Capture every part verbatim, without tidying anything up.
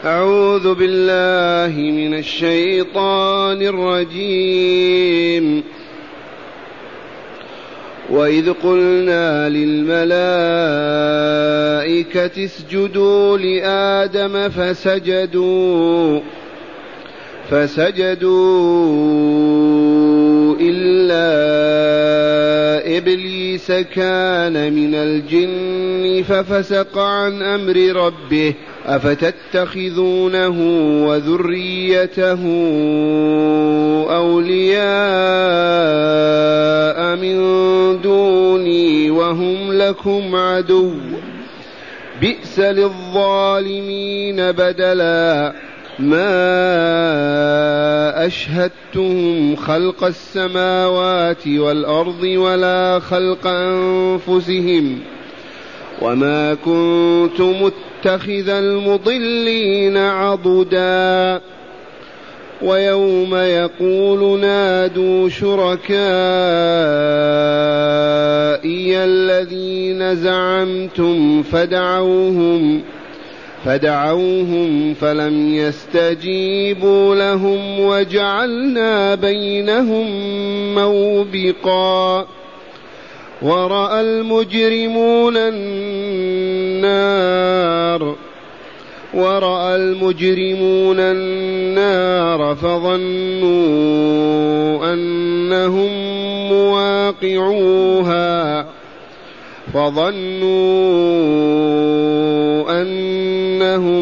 أعوذ بالله من الشيطان الرجيم. وإذ قلنا للملائكة اسجدوا لآدم فسجدوا فسجدوا إلا إبليس كان من الجن ففسق عن أمر ربه أفتتخذونه وذريته أولياء من دوني وهم لكم عدو بئس للظالمين بدلا ما أشهدتهم خلق السماوات والأرض ولا خلق أنفسهم وما كنت متخذ المضلين عضدا ويوم يقول نادوا شركائي الذين زعمتم فدعوهم فدعوهم فلم يستجيبوا لهم وجعلنا بينهم موبقا ورأى المجرمون النار ورأى المجرمون النار فظنوا أنهم مواقعوها فظنوا أنهم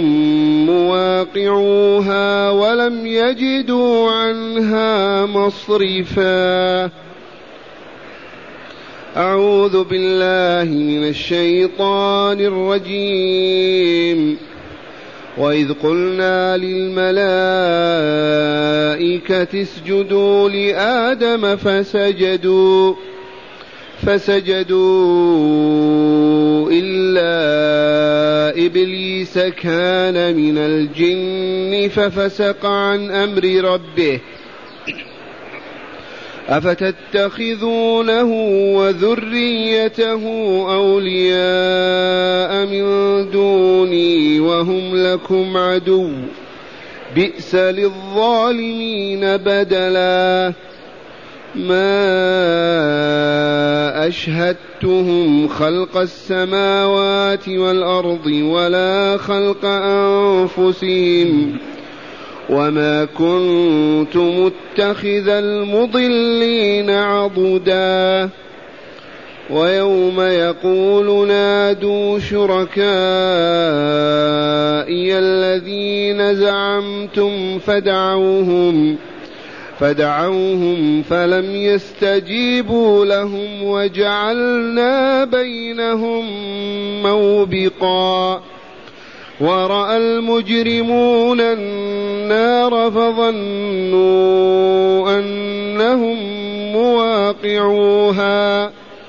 مواقعوها ولم يجدوا عنها مصرفا. أعوذ بالله من الشيطان الرجيم. وإذ قلنا للملائكة اسجدوا لآدم فسجدوا فسجدوا إلا إبليس كان من الجن ففسق عن أمر ربه أفتتخذونه وذريته أولياء من دوني وهم لكم عدو بئس للظالمين بدلا ما أشهدتهم خلق السماوات والأرض ولا خلق أنفسهم وما كنت متخذ المضلين عضدا ويوم يقول نادوا شركائي الذين زعمتم فدعوهم فدعوهم فلم يستجيبوا لهم وجعلنا بينهم موبقا ورأى المجرمون النار فظنوا أنهم مواقعوها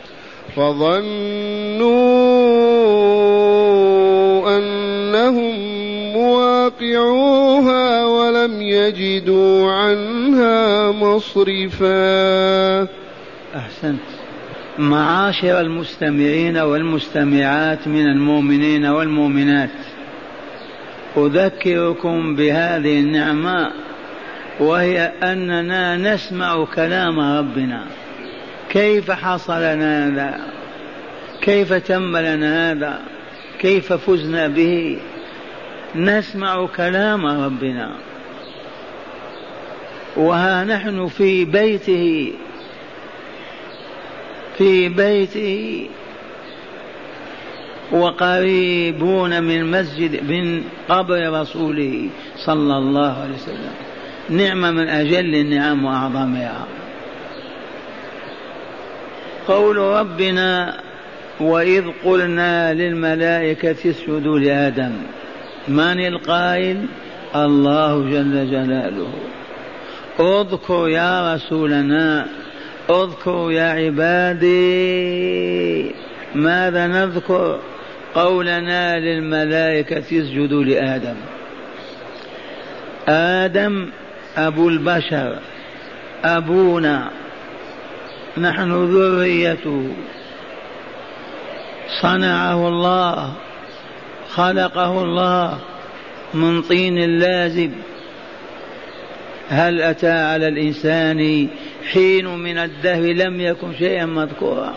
فظنوا أنهم مواقعوها ولم يجدوا عنها مصرفا. أحسنت. معاشر المستمعين والمستمعات من المؤمنين والمؤمنات، أذكركم بهذه النعمة وهي أننا نسمع كلام ربنا. كيف حصل لنا هذا؟ كيف تم لنا هذا؟ كيف فزنا به؟ نسمع كلام ربنا وها نحن في بيته في بيته وقريبون من مسجد من قبر رسوله صلى الله عليه وسلم. نعمة من أجل النعم وأعظمها. قول ربنا وإذ قلنا للملائكة اسجدوا لآدم، من القائل؟ الله جل جلاله. اذكر يا رسولنا، اذكر يا عبادي. ماذا نذكر؟ قولنا للملائكة اسجدوا لآدم. آدم أبو البشر، أبونا، نحن ذريته، صنعه الله، خلقه الله، من طين لازب. هل أتى على الإنسان حين من الدهر لم يكن شيئا مذكورا؟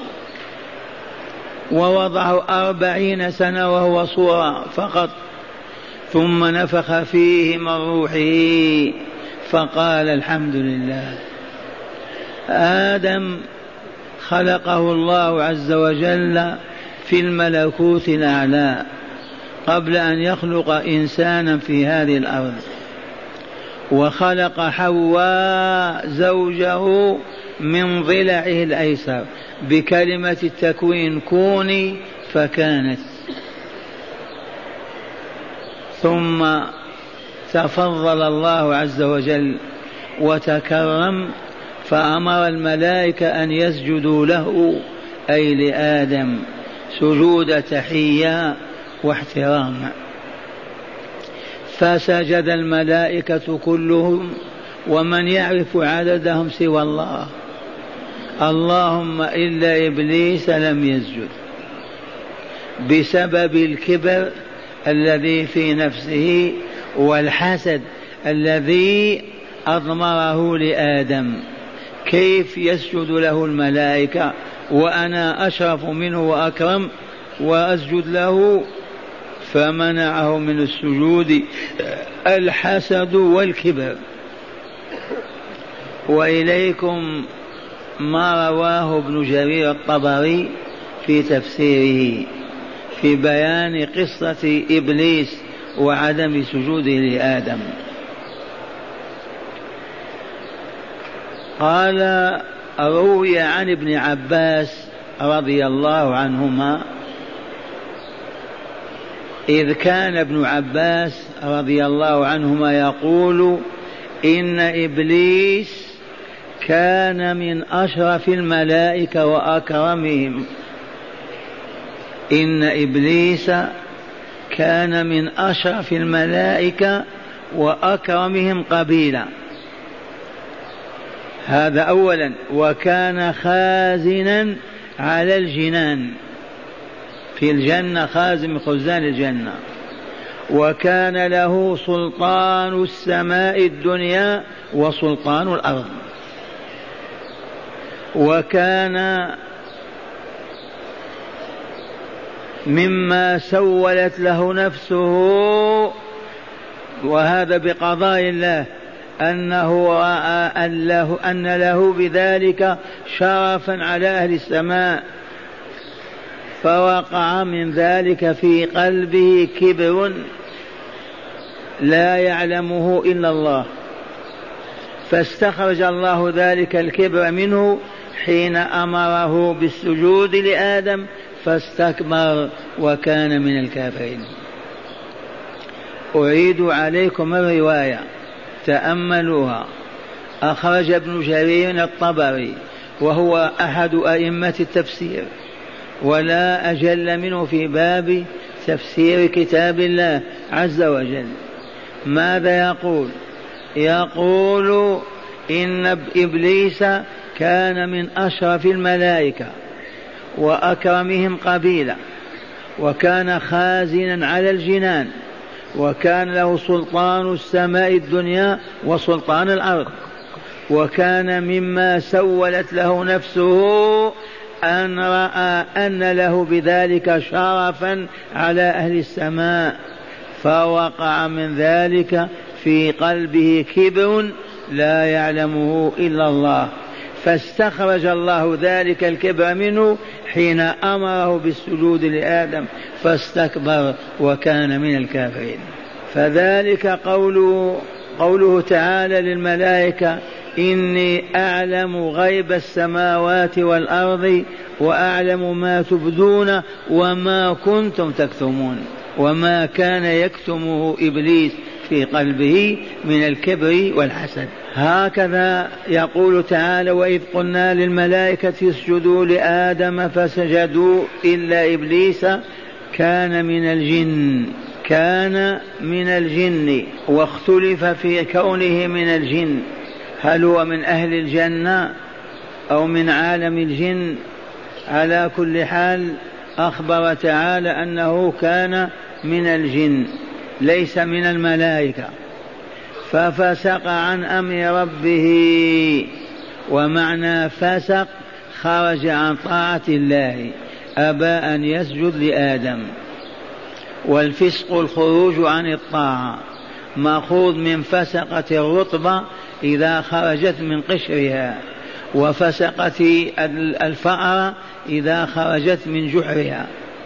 ووضعه أربعين سنة وهو صورة فقط، ثم نفخ فيه من روحه فقال الحمد لله. آدم خلقه الله عز وجل في الملكوت الأعلى قبل أن يخلق إنسانا في هذه الأرض، وخلق حواء زوجه من ضلعه الأيسر بكلمة التكوين كوني فكانت. ثم تفضل الله عز وجل وتكرم فأمر الملائكة أن يسجدوا له أي لآدم سجود تحية واحترام، فسجد الملائكة كلهم ومن يعرف عددهم سوى الله، اللهم إلا إبليس لم يسجد بسبب الكبر الذي في نفسه والحسد الذي أضمره لآدم. كيف يسجد له الملائكة وأنا أشرف منه وأكرم وأسجد له؟ فمنعه من السجود الحسد والكبر. وإليكم ما رواه ابن جرير الطبري في تفسيره في بيان قصة إبليس وعدم سجوده لآدم. قال روي عن ابن عباس رضي الله عنهما إذ كان ابن عباس رضي الله عنهما يقول إن إبليس كان من أشرف الملائكة وأكرمهم، إن إبليس كان من أشرف الملائكة وأكرمهم قبيلا. هذا أولا. وكان خازنا على الجنان، في الجنة خازن من خزان الجنة، وكان له سلطان السماء الدنيا وسلطان الأرض، وكان مما سولت له نفسه، وهذا بقضاء الله، أنه رأى أن له, أن له بذلك شرفا على أهل السماء، فوقع من ذلك في قلبه كبر لا يعلمه إلا الله، فاستخرج الله ذلك الكبر منه حين أمره بالسجود لآدم فاستكبر وكان من الكافرين. أعيد عليكم الرواية تأملوها. أخرج ابن جرير الطبري وهو أحد أئمة التفسير ولا أجل منه في باب تفسير كتاب الله عز وجل. ماذا يقول؟ يقول إن إبليس كان من أشرف الملائكة وأكرمهم قبيلة، وكان خازنا على الجنان، وكان له سلطان السماء الدنيا وسلطان الأرض، وكان مما سولت له نفسه أن رأى أن له بذلك شرفا على أهل السماء، فوقع من ذلك في قلبه كبر لا يعلمه إلا الله، فاستخرج الله ذلك الكبر منه حين أمره بالسجود لآدم فاستكبر وكان من الكافرين. فذلك قوله, قوله تعالى للملائكة إني أعلم غيب السماوات والأرض وأعلم ما تبدون وما كنتم تكتمون، وما كان يكتمه إبليس في قلبه من الكبر والحسد. هكذا يقول تعالى وإذ قلنا للملائكة اسجدوا لآدم فسجدوا إلا إبليس كان من الجن كان من الجن واختلف في كونه من الجن، هل هو من أهل الجنة أو من عالم الجن؟ على كل حال أخبر تعالى أنه كان من الجن، ليس من الملائكة. ففسق عن أمر ربه، ومعنى فسق خرج عن طاعة الله، أبى أن يسجد لآدم. والفسق الخروج عن الطاعة، مأخوذ من فسقة الرطبة إذا خرجت من قشرها، وفسقة الفأرة إذا خرجت من جحرها.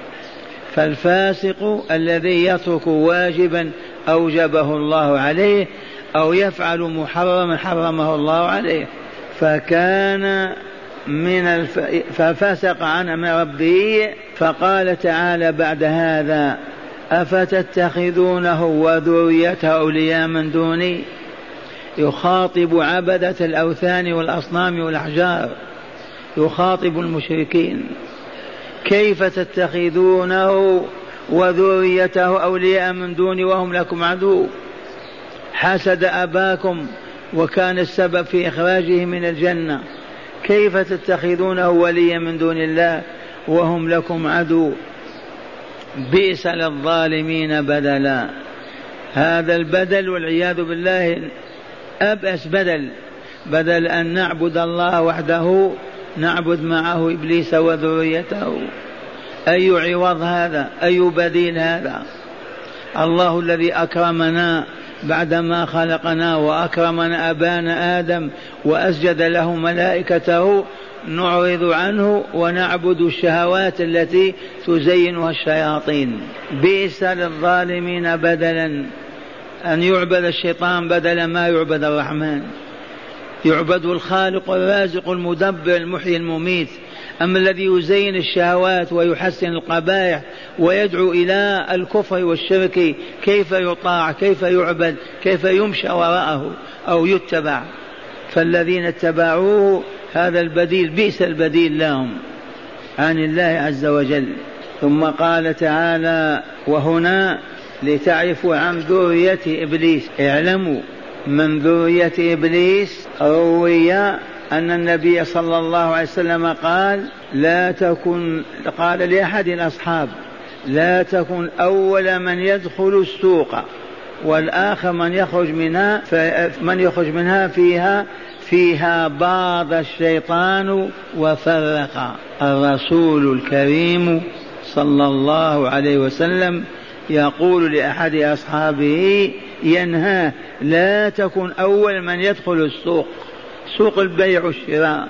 فالفاسق الذي يترك واجبا أوجبه الله عليه أو يفعل محرما حرمه الله عليه. فكان من الف... ففسق عن أمر ربه. فقال تعالى بعد هذا: أفتتخذونه وذريته أولياء من دوني. يخاطب عبدة الأوثان والأصنام والأحجار، يخاطب المشركين: كيف تتخذونه وذريته أولياء من دوني وهم لكم عدو؟ حسد أباكم وكان السبب في إخراجه من الجنة، كيف تتخذونه وليا من دون الله وهم لكم عدو؟ بئس للظالمين بدلا. هذا البدل والعياذ بالله أبأس بدل. بدل أن نعبد الله وحده نعبد معه إبليس وذريته. أي عوض هذا؟ أي بديل هذا؟ الله الذي أكرمنا بعدما خلقنا وأكرمنا أبانا آدم وأسجد له ملائكته نعرض عنه ونعبد الشهوات التي تزينها الشياطين. بئس للظالمين بدلا أن يعبد الشيطان بدل ما يعبد الرحمن. يعبد الخالق الرازق المدبر المحيي المميت. أما الذي يزين الشهوات ويحسن القبائح ويدعو إلى الكفر والشرك كيف يطاع؟ كيف يعبد؟ كيف يمشى وراءه أو يتبع؟ فالذين اتبعوه هذا البديل، بئس البديل لهم عن الله عز وجل. ثم قال تعالى: وهنا لتعرفوا عن ذرية إبليس. اعلموا من ذرية إبليس روي أن النبي صلى الله عليه وسلم قال: لا تكن قال لأحد الأصحاب: لا تكن أول من يدخل السوق، والآخر من يخرج منها من يخرج منها فيها فيها باض الشيطان وفرق. الرسول الكريم صلى الله عليه وسلم يقول لأحد أصحابه ينهاه: لا تكن أول من يدخل السوق، سوق البيع والشراء،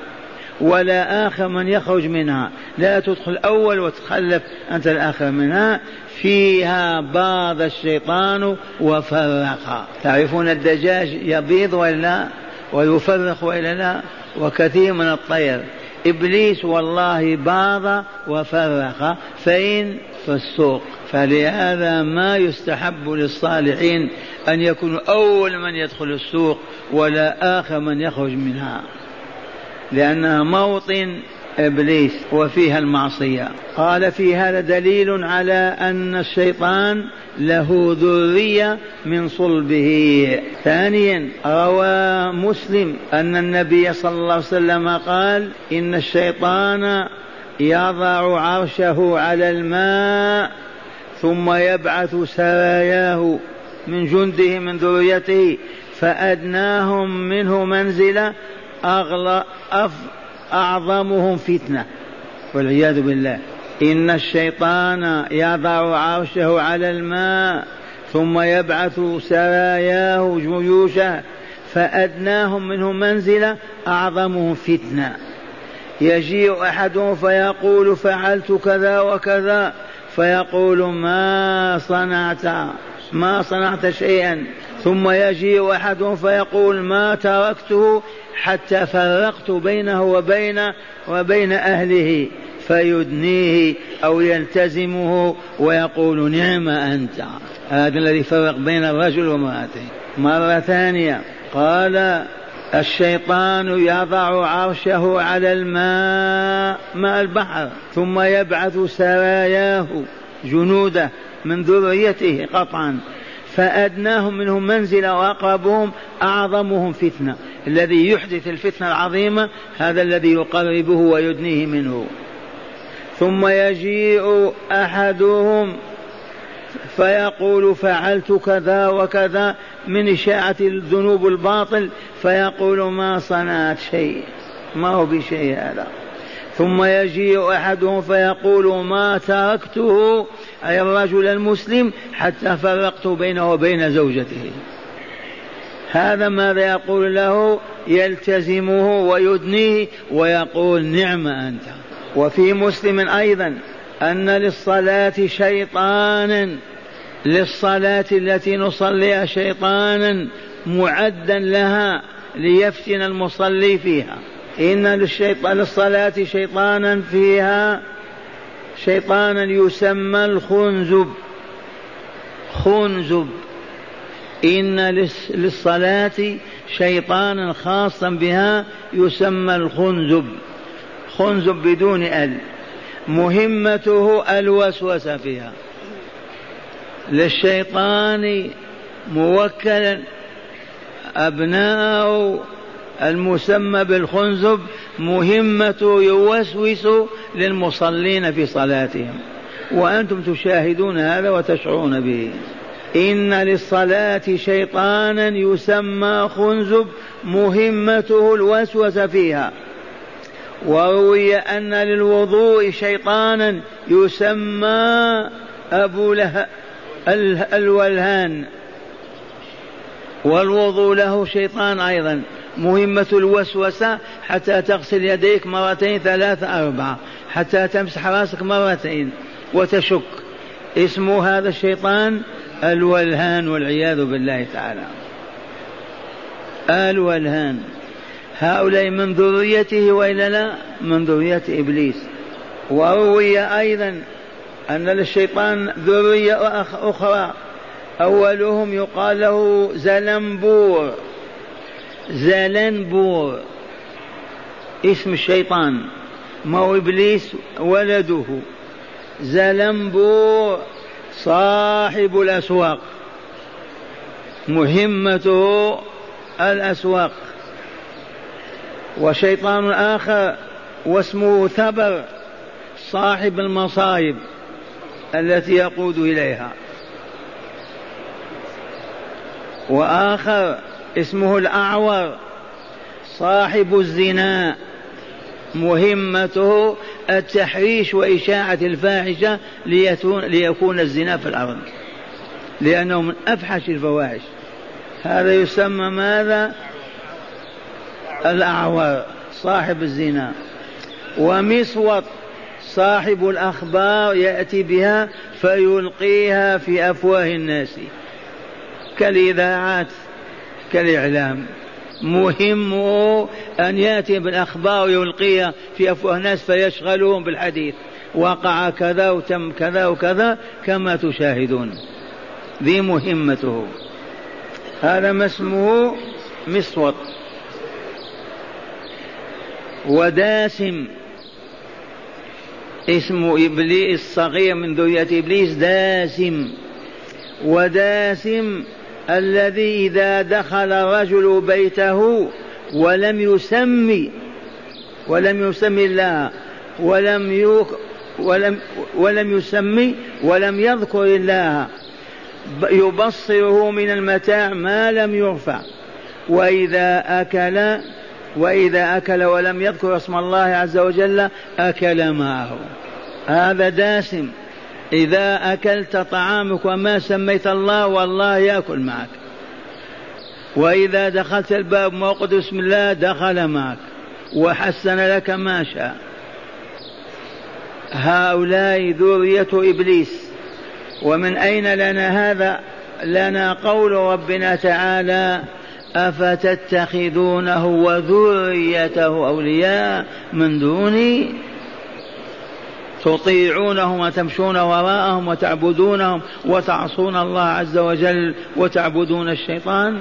ولا آخر من يخرج منها. لا تدخل أول وتخلف أنت الآخر منها. فيها باض الشيطان وفرق. تعرفون الدجاج يبيض ولا ويفرق وإلا لا؟ وكثير من الطير. إبليس والله باض وفرق. فين؟ في السوق. فلهذا ما يستحب للصالحين أن يكونوا أول من يدخل السوق ولا آخر من يخرج منها، لأنها موطن إبليس وفيها المعصية. قال: في هذا دليل على أن الشيطان له ذرية من صلبه. ثانيا، روى مسلم أن النبي صلى الله عليه وسلم قال: إن الشيطان يضع عرشه على الماء ثم يبعث سراياه من جنده من ذريته فأدناهم منه منزلة أغلى أف أعظمهم فتنة، والعياذ بالله. إن الشيطان يضع عرشه على الماء ثم يبعث سراياه جيوشه فأدناهم منه منزلة أعظمهم فتنة. يجيء أحدهم فيقول: فعلت كذا وكذا، فيقول: ما صنعت ما صنعت شيئا. ثم يجيء أحدهم فيقول: ما تركته حتى فرقت بينه وبين وبين أهله، فيدنيه أو يلتزمه ويقول: نعم أنت. هذا الذي فرق بين الرجل وامرأته. مرة ثانية قال: الشيطان يضع عرشه على الماء ماء البحر ثم يبعث سراياه جنوده من ذريته قطعا فأدناهم منهم منزلة وأقربهم أعظمهم فتنة. الذي يحدث الفتنة العظيمة هذا الذي يقربه ويدنيه منه. ثم يجيء أحدهم فيقول فعلت كذا وكذا من إشاعة الذنوب الباطل، فيقول ما صنعت شيء، ما هو بشيء هذا. ثم يجيء أحدهم فيقول ما تركته، أي الرجل المسلم، حتى فرقت بينه وبين زوجته. هذا ماذا يقول له؟ يلتزمه ويدنيه ويقول نعم أنت. وفي مسلم أيضا أن للصلاة شيطانا، للصلاة التي نصليها شيطانا معدا لها ليفتن المصلي فيها. إن للصلاة شيطانا فيها، شيطانا يسمى الخنزب. خنزب، إن للصلاة شيطانا خاصا بها يسمى الخنزب. خنزب بدون ال، مهمته الوسوسة فيها. للشيطان موكلا أبناءه المسمى بالخنزب، مهمته يوسوس للمصلين في صلاتهم، وأنتم تشاهدون هذا وتشعرون به. إن للصلاة شيطانا يسمى خنزب، مهمته الوسوسة فيها. وروي أن للوضوء شيطانا يسمى أبو له الولهان، والوضوء له شيطان أيضا، مهمة الوسوسة حتى تغسل يديك مرتين ثلاثة أربعة، حتى تمسح راسك مرتين وتشك. اسم هذا الشيطان الولهان، والعياذ بالله تعالى. الولهان هؤلاء من ذريته وإلا لا؟ من ذرية إبليس. وروي أيضا أن للشيطان ذرية أخرى، أولهم يقال له زلنبور. زلنبور اسم الشيطان، ما هو إبليس ولده. زلنبور صاحب الأسواق، مهمته الأسواق. وشيطان آخر واسمه ثبر، صاحب المصائب التي يقود إليها. وآخر اسمه الأعور، صاحب الزنا، مهمته التحريش وإشاعة الفاحشة ليكون الزنا في الأرض، لأنه من أفحش الفواحش. هذا يسمى ماذا؟ الأعور، صاحب الزنا. ومسوط صاحب الأخبار، يأتي بها فيلقيها في أفواه الناس كالإذاعات كالإعلام، مهمه أن يأتي بالأخبار ويلقيها في أفواه الناس فيشغلهم بالحديث، وقع كذا وتم كذا وكذا كما تشاهدون. ذي مهمته. هذا ما اسمه مسوط. وداسم اسم إبليس الصغير من ذرية إبليس، داسم. وداسم الذي إذا دخل الرجل بيته ولم يسمي ولم يسمي الله ولم يك ولم ولم يسمي ولم يذكر الله، يبصره من المتاع ما لم يرفع. وإذا أكل وإذا أكل ولم يذكر اسم الله عز وجل أكل معه. هذا داسم. إذا أكلت طعامك وما سميت الله والله يأكل معك. وإذا دخلت الباب موقد اسم الله دخل معك وحسن لك ما شاء. هؤلاء ذرية إبليس. ومن أين لنا هذا؟ لنا قول ربنا تعالى أفتتخذونه وذريته أولياء من دوني تطيعونهم وتمشون وراءهم وتعبدونهم وتعصون الله عز وجل وتعبدون الشيطان.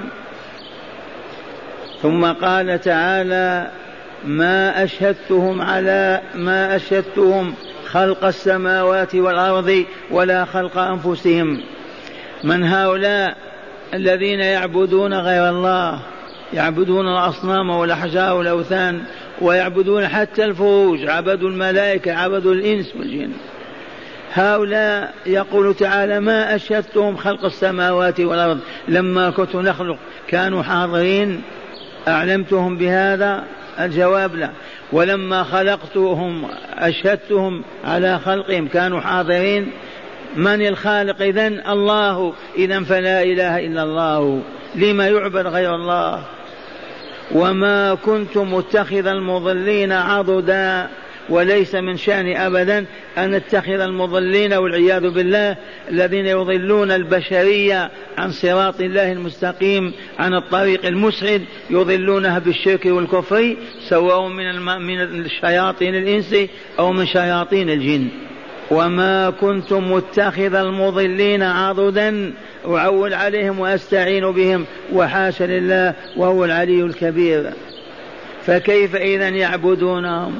ثم قال تعالى ما أشهدتهم على ما أشهدتهم خلق السماوات والأرض ولا خلق أنفسهم. من هؤلاء؟ الذين يعبدون غير الله، يعبدون الأصنام والأحجار والأوثان، ويعبدون حتى الفروج، عبدوا الملائكة، عبدوا الإنس والجن. هؤلاء يقول تعالى ما أشهدتهم خلق السماوات والأرض لما كنت نخلق كانوا حاضرين أعلمتهم بهذا؟ الجواب لا. ولما خلقتهم أشهدتهم على خلقهم كانوا حاضرين؟ من الخالق إذن؟ الله. إذن فلا إله إلا الله، لما يعبد غير الله؟ وما كنت متخذ المضلين عضدا، وليس من شأن أبدا أن نتخذ المضلين والعياذ بالله الذين يضلون البشرية عن صراط الله المستقيم، عن الطريق المسعد، يضلونها بالشرك والكفر، سواء من من الشياطين الإنس أو من شياطين الجن. وما كنت متخذ المضلين عضدا أعول عليهم وأستعين بهم، وحاشا لله وهو العلي الكبير. فكيف إذن يعبدونهم؟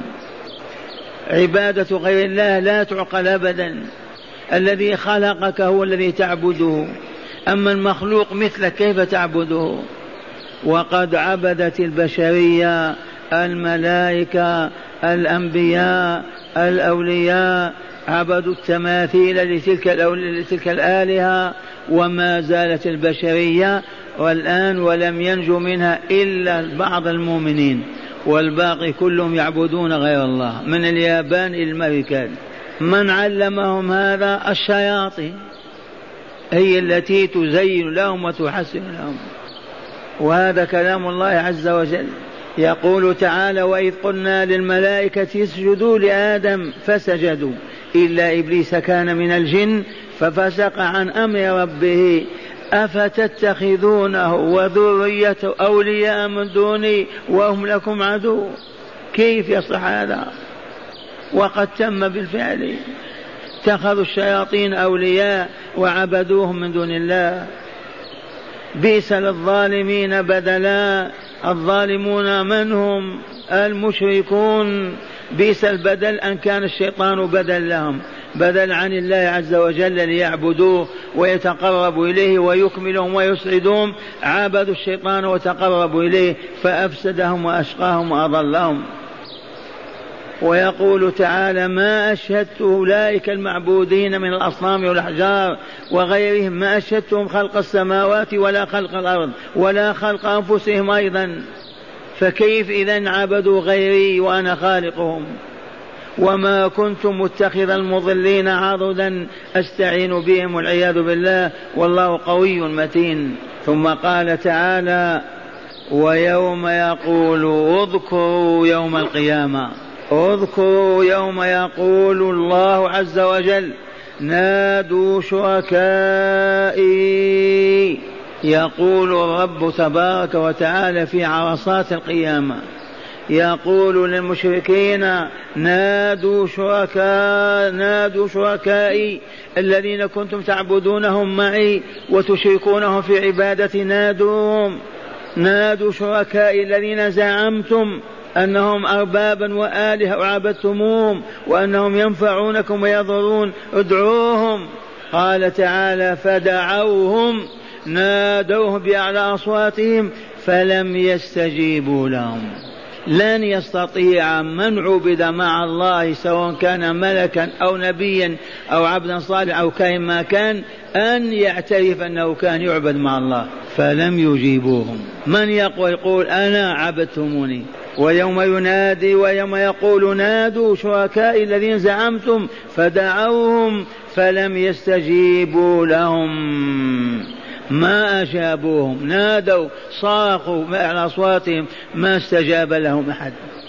عبادة غير الله لا تعقل أبدا. الذي خلقك هو الذي تعبده، أما المخلوق مثلك كيف تعبده؟ وقد عبدت البشرية الملائكة الأنبياء الأولياء، عبدوا التماثيل لتلك, لتلك الآلهة، وما زالت البشرية والآن ولم ينجو منها إلا بعض المؤمنين، والباقي كلهم يعبدون غير الله من اليابان إلى الأمريكان. من علمهم هذا؟ الشياطين، هي التي تزين لهم وتحسن لهم. وهذا كلام الله عز وجل. يقول تعالى وإذ قلنا للملائكة اسجدوا لآدم فسجدوا إلا إبليس كان من الجن ففسق عن أمر ربه أفتتخذونه وذريته أولياء من دوني وهم لكم عدو. كيف يصح هذا؟ وقد تم بالفعل. اتخذوا الشياطين أولياء وعبدوهم من دون الله. بئس للظالمين بدلا. الظالمون من هم؟ المشركون. بئس البدل أن كان الشيطان بدل لهم، بدل عن الله عز وجل ليعبدوه ويتقربوا إليه ويكملهم ويسعدهم. عبدوا الشيطان وتقربوا إليه فأفسدهم وأشقاهم وأضلهم. ويقول تعالى ما أشهدت أولئك المعبودين من الأصنام والأحجار وغيرهم ما أشهدتهم خلق السماوات ولا خلق الأرض ولا خلق أنفسهم أيضا. فكيف إذن عبدوا غيري وأنا خالقهم؟ وما كنت متخذ المضلين عضدا أستعين بهم والعياذ بالله والله قوي متين. ثم قال تعالى ويوم يقول اذكروا يوم القيامة. اذكروا يوم يقول الله عز وجل نادوا شركائي. يقول الرب تبارك وتعالى في عرصات القيامة، يقول للمشركين نادوا شركاء نادوا شركائي الذين كنتم تعبدونهم معي وتشركونهم في عبادتي، نادوهم. نادوا شركائي الذين زعمتم أنهم أربابا وآلهة وعبدتموهم وأنهم ينفعونكم ويضرون، ادعوهم. قال تعالى فدعوهم نادوه بأعلى أصواتهم فلم يستجيبوا لهم. لن يستطيع من عبد مع الله سواء كان ملكا أو نبيا أو عبدا صالحا أو كائن ما كان أن يعترف أنه كان يعبد مع الله، فلم يجيبوهم. من يقول يقول أنا عبدتموني؟ ويوم ينادي ويوم يقول نادوا شركائي الذين زعمتم فدعوهم فلم يستجيبوا لهم، ما أجابوهم. نادوا صاخوا على أصواتهم ما استجاب لهم أحد.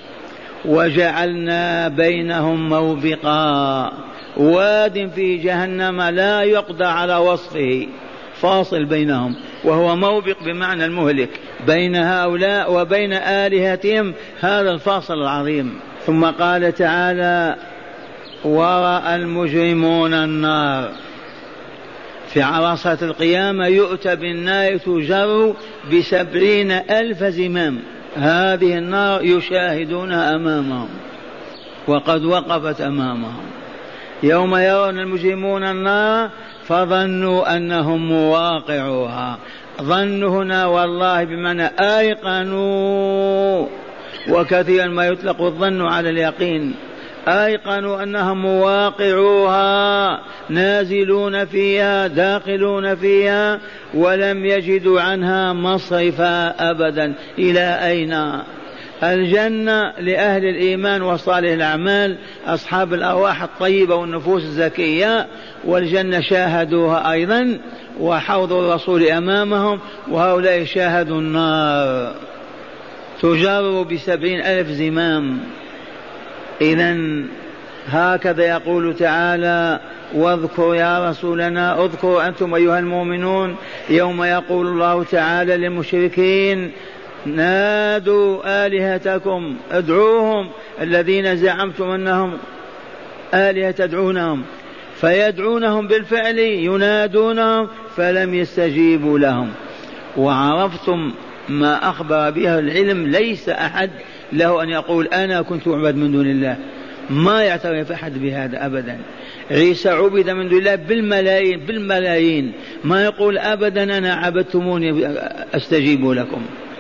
وجعلنا بينهم موبقا، واد في جهنم لا يقضى على وصفه، فاصل بينهم، وهو موبق بمعنى المهلك بين هؤلاء وبين آلهتهم، هذا الفاصل العظيم. ثم قال تعالى ورأى المجرمون النار. في عرصات القيامة يؤتى بالنار تجر بسبعين ألف زمام، هذه النار يشاهدونها أمامهم وقد وقفت أمامهم. يوم يرون المجرمون النار فظنوا أنهم مواقعوها. ظنوا هنا والله بمعنى أيقنوا، وكثيرا ما يطلق الظن على اليقين. أيقنوا أنهم مواقعوها نازلون فيها داخلون فيها، ولم يجدوا عنها مصرفا أبدا. إلى أين؟ الجنة لأهل الإيمان وصالح الأعمال أصحاب الأرواح الطيبة والنفوس الزكية، والجنة شاهدوها أيضا، وحوض الرسول أمامهم، وهؤلاء شاهدوا النار تجر بسبعين ألف زمام. إذن هكذا يقول تعالى: واذكر يا رسولنا، اذكروا أنتم أيها المؤمنون يوم يقول الله تعالى للمشركين: نادوا آلهتكم، ادعوهم الذين زعمتم أنهم آلهة تدعونهم، فيدعونهم بالفعل ينادونهم فلم يستجيبوا لهم. وعرفتم ما أخبر به العلم، ليس أحد له أن يقول أنا كنت أعبد من دون الله، ما يعترف أحد بهذا أبدا. عيسى عبد من دون الله بالملايين بالملايين، ما يقول أبدا أنا عبدتموني أستجيب لكم.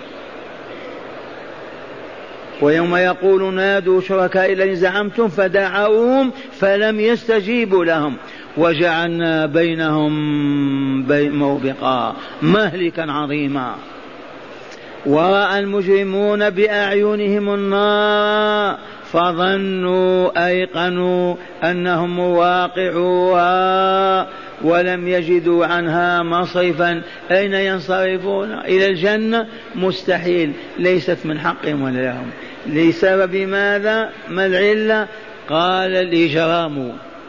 ويوم يقول نادوا شركاء الذين زعمتم فدعوهم فلم يستجيبوا لهم وجعلنا بينهم موبقا مهلكا عظيما. ورأى المجرمون بأعينهم النار فظنوا أيقنوا أنهم مواقعوها ولم يجدوا عنها مصرفا. أين ينصرفون؟ إلى الجنة؟ مستحيل، ليست من حقهم ولا لهم. لسبب ماذا؟ ما العلة؟ قال الإجرام.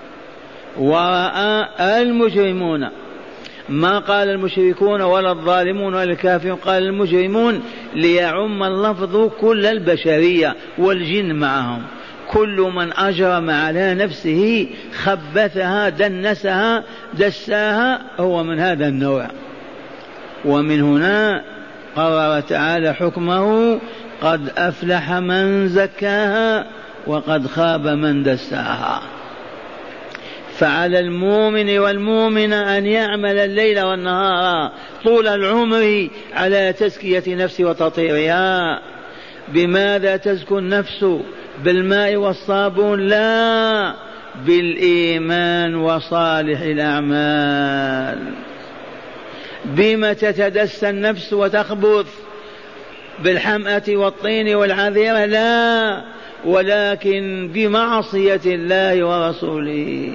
ورأى المجرمون، ما قال المشركون ولا الظالمون ولا الكافرون، قال المجرمون ليعم اللفظ كل البشرية والجن معهم. كل من أجرم على نفسه خبثها دنسها دساها هو من هذا النوع. ومن هنا قرر تعالى حكمه: قد أفلح من زكاها وقد خاب من دساها. فعلى المؤمن والمؤمنة أن يعمل الليل والنهار طول العمر على تزكية نفسه وتطهيرها. بماذا تزكو النفس؟ بالماء والصابون؟ لا، بالإيمان وصالح الأعمال. بما تتدسى النفس وتخبث؟ بالحمأة والطين والعذيرة؟ لا، ولكن بمعصية الله ورسوله.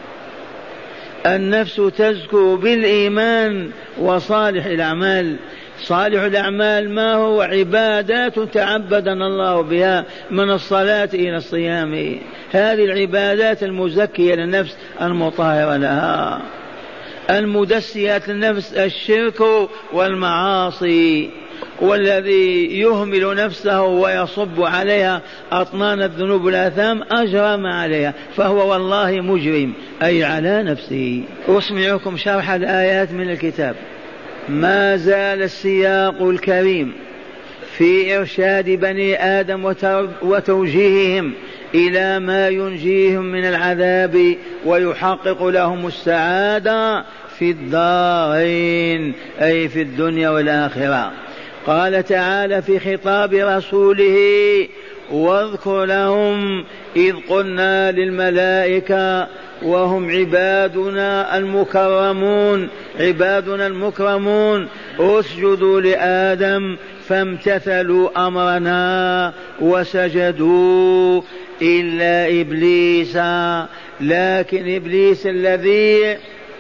النفس تزكو بالإيمان وصالح الأعمال. صالح الأعمال ما هو؟ عبادات تعبدنا الله بها من الصلاة إلى الصيام، هذه العبادات المزكية للنفس المطهرة لها. المدسيات للنفس الشرك والمعاصي، والذي يهمل نفسه ويصب عليها أطنان الذنوب والآثام أجرم عليها فهو والله مجرم، أي على نفسه. أسمعكم شرح الآيات من الكتاب. ما زال السياق الكريم في إرشاد بني آدم وتوجيههم إلى ما ينجيهم من العذاب ويحقق لهم السعادة في الدارين، أي في الدنيا والآخرة. قال تعالى في خطاب رسوله: واذكر لهم إذ قلنا للملائكة وهم عبادنا المكرمون عبادنا المكرمون اسجدوا لآدم فامتثلوا أمرنا وسجدوا إلا إبليس. لكن إبليس الذي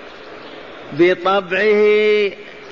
بطبعه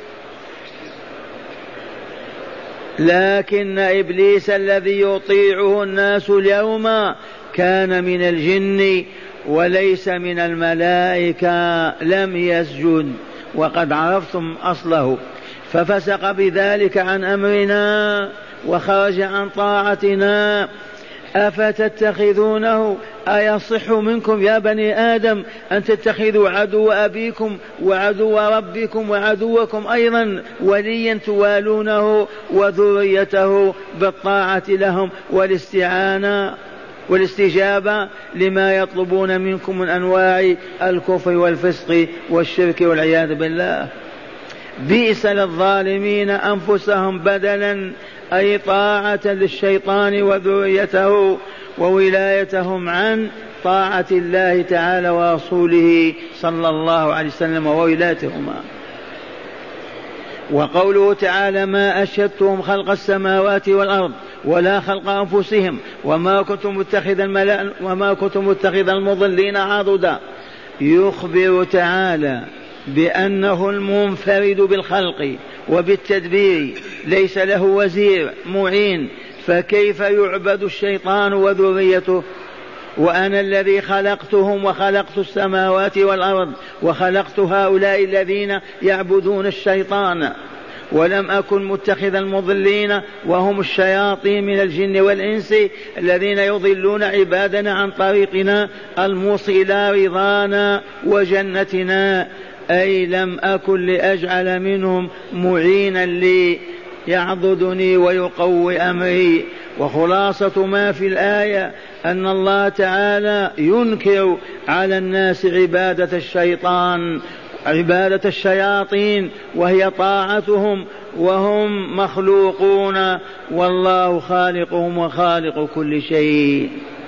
لكن إبليس الذي يطيعه الناس اليوم كان من الجن وليس من الملائكة، لم يسجد، وقد عرفتم أصله، ففسق بذلك عن أمرنا وخرج عن طاعتنا. أفتتخذونه؟ أيصح منكم يا بني آدم أن تتخذوا عدو أبيكم وعدو ربكم وعدوكم أيضا وليا توالونه وذريته بالطاعة لهم والاستعانة والاستجابة لما يطلبون منكم من أنواع الكفر والفسق والشرك والعياذ بالله؟ بئس للظالمين أنفسهم بدلا، أي طاعة للشيطان وذريته وولايتهم عن طاعة الله تعالى ورسوله صلى الله عليه وسلم وولايتهما. وقوله تعالى ما أشهدتهم خلق السماوات والأرض ولا خلق أنفسهم وما كنت متخذ الملأ وما كنت متخذ المضلين عضدا، يخبر تعالى بأنه المنفرد بالخلق وبالتدبير، ليس له وزير معين، فكيف يعبد الشيطان وذريته؟ وأنا الذي خلقتهم وخلقت السماوات والأرض وخلقت هؤلاء الذين يعبدون الشيطان، ولم أكن متخذ المضلين وهم الشياطين من الجن والإنس الذين يضلون عبادنا عن طريقنا الموصل إلى رضانا وجنتنا، أي لم أكن لأجعل منهم معينا لي يعضدني ويقوي أمري. وخلاصة ما في الآية أن الله تعالى ينكر على الناس عبادة الشيطان عبادة الشياطين وهي طاعتهم، وهم مخلوقون والله خالقهم وخالق كل شيء.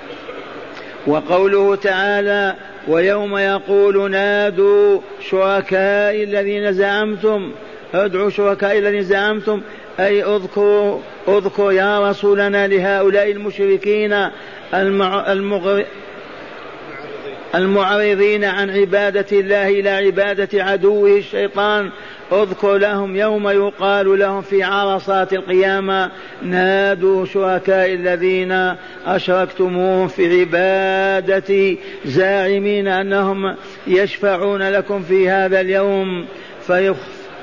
وقوله تعالى ويوم يقول نادوا شركائي الذين زعمتم، ادعوا شركائي الذين زعمتم، أي اذكروا اذكر يا رسولنا لهؤلاء المشركين المغر... المعرضين عن عبادة الله إلى عبادة عدوه الشيطان، اذكر لهم يوم يقال لهم في عرصات القيامة نادوا شركاء الذين أشركتموهم في عبادتي زاعمين أنهم يشفعون لكم في هذا اليوم فيخ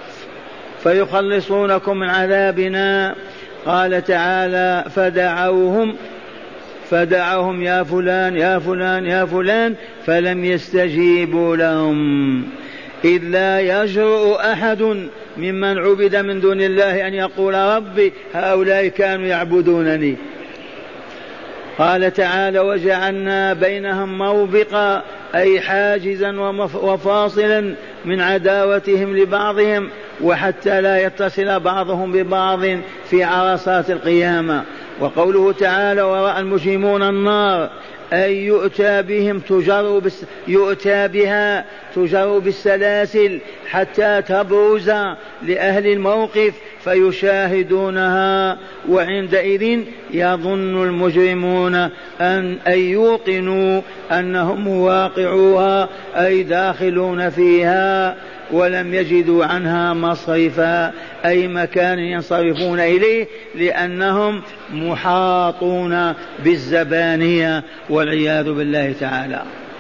فيخلصونكم من عذابنا. قال تعالى فدعوهم فدعوهم يا فلان يا فلان يا فلان فلم يستجيبوا لهم، إذ لا يجرؤ أحد ممن عبد من دون الله أن يقول ربي هؤلاء كانوا يعبدونني. قال تعالى وجعلنا بينهم موبقا، أي حاجزا وفاصلا من عداوتهم لبعضهم، وحتى لا يتصل بعضهم ببعض في عرصات القيامة. وقوله تعالى ورأى المجرمون النار، أي يؤتى بهم تجر بس يؤتى بها تجر بالسلاسل حتى تبرز لأهل الموقف فيشاهدونها، وعندئذ يظن المجرمون أن أن يوقنوا أنهم واقعوها أي داخلون فيها، ولم يجدوا عنها مصرفا، أي مكان ينصرفون إليه، لأنهم محاطون بالزبانية والعياذ بالله تعالى.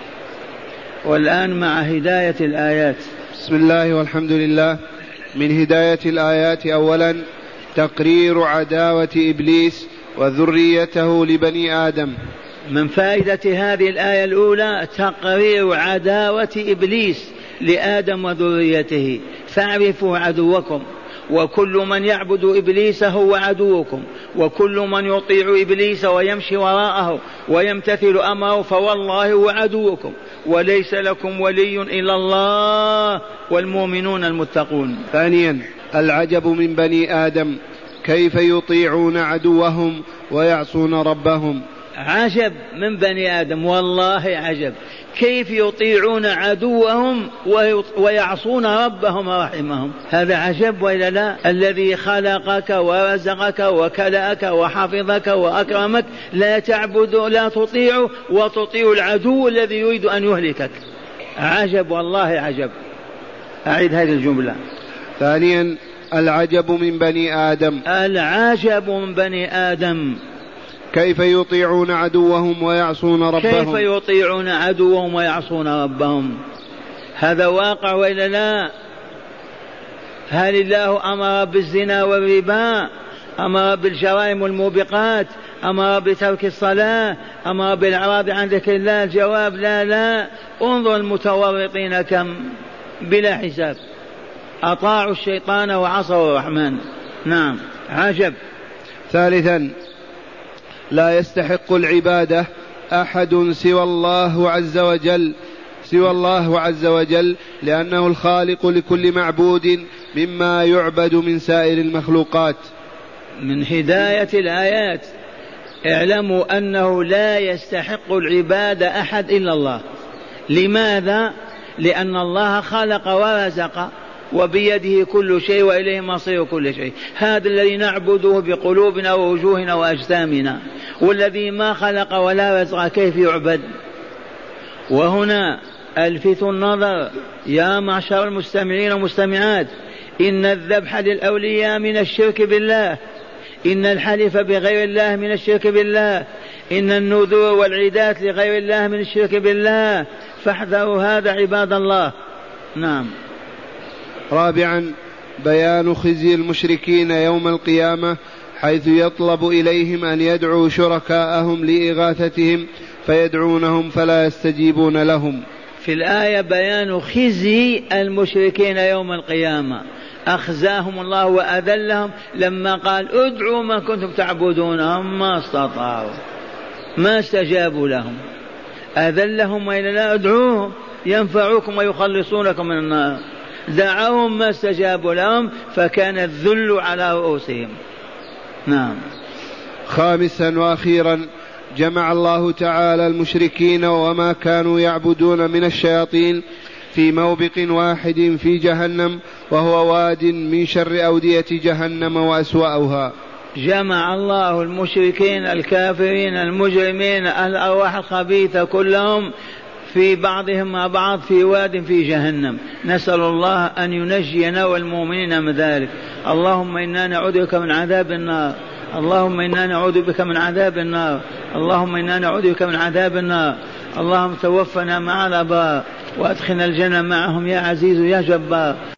والآن مع هداية الآيات. بسم الله والحمد لله. من هداية الآيات أولا تقرير عداوة إبليس وذريته لبني آدم. من فائدة هذه الآية الأولى تقرير عداوة إبليس لآدم وذريته، فاعرفوا عدوكم، وكل من يعبد إبليس هو عدوكم، وكل من يطيع إبليس ويمشي وراءه ويمتثل أمره فوالله هو عدوكم، وليس لكم ولي إلا الله والمؤمنون المتقون. ثانيا العجب من بني آدم كيف يطيعون عدوهم ويعصون ربهم. عجب من بني آدم، والله عجب كيف يطيعون عدوهم ويعصون ربهم رحمهم. هذا عجب وإلا لا؟ الذي خلقك ورزقك وكلأك وحفظك وأكرمك لا تعبد لا تطيعه، وتطيع العدو الذي يريد أن يهلكك. عجب والله عجب. أعيد هذه الجملة. ثانيا العجب من بني آدم العجب من بني آدم كيف يطيعون عدوهم ويعصون ربهم. كيف يطيعون عدوهم ويعصون ربهم؟ هذا واقع وإلا لا؟ هل الله أمر بالزنا والربا؟ أمر بالجرائم والموبقات؟ أمر بترك الصلاة؟ أمر بالإعراض عن ذكر الله؟ الجواب لا لا. انظر المتورطين كم بلا حساب أطاعوا الشيطان وعصوا الرحمن. نعم عجب. ثالثا لا يستحق العبادة أحد سوى الله عز وجل سوى الله عز وجل لأنه الخالق لكل معبود مما يعبد من سائر المخلوقات. من هداية الآيات اعلموا أنه لا يستحق العبادة أحد إلا الله. لماذا؟ لأن الله خلق ورزق وبيده كل شيء وإليه مصير كل شيء. هذا الذي نعبده بقلوبنا ووجوهنا وأجسامنا، والذي ما خلق ولا رزق كيف يعبد؟ وهنا ألفت النظر يا معشر المستمعين والمستمعات، إن الذبح للأولياء من الشرك بالله، إن الحلف بغير الله من الشرك بالله، إن النذور والعيدات لغير الله من الشرك بالله، فاحذروا هذا عباد الله. نعم. رابعا بيان خزي المشركين يوم القيامة، حيث يطلب إليهم أن يدعوا شركاءهم لإغاثتهم فيدعونهم فلا يستجيبون لهم. في الآية بيان خزي المشركين يوم القيامة، أخزاهم الله وأذلهم لما قال ادعوا ما كنتم تعبدونهم ما استطاعوا، ما استجابوا لهم، أذلهم وإلا لا ادعوهم ينفعوكم ويخلصونكم من النار، دعوهم ما استجابوا لهم فكان الذل على رؤوسهم. نعم. خامسا وأخيرا جمع الله تعالى المشركين وما كانوا يعبدون من الشياطين في موبق واحد في جهنم، وهو واد من شر أودية جهنم وأسوأها. جمع الله المشركين الكافرين المجرمين الأرواح الخبيثة كلهم في بعضهم مع بعض في واد في جهنم. نسأل الله أن ينجينا والمؤمنين من ذلك. اللهم إنا نعوذ بك من عذاب النار، اللهم إنا نعوذ بك من عذاب النار، اللهم إنا نعوذ بك من عذاب النار. اللهم توفنا مع الأبرار وأدخلنا الجنة معهم يا عزيز يا جبار.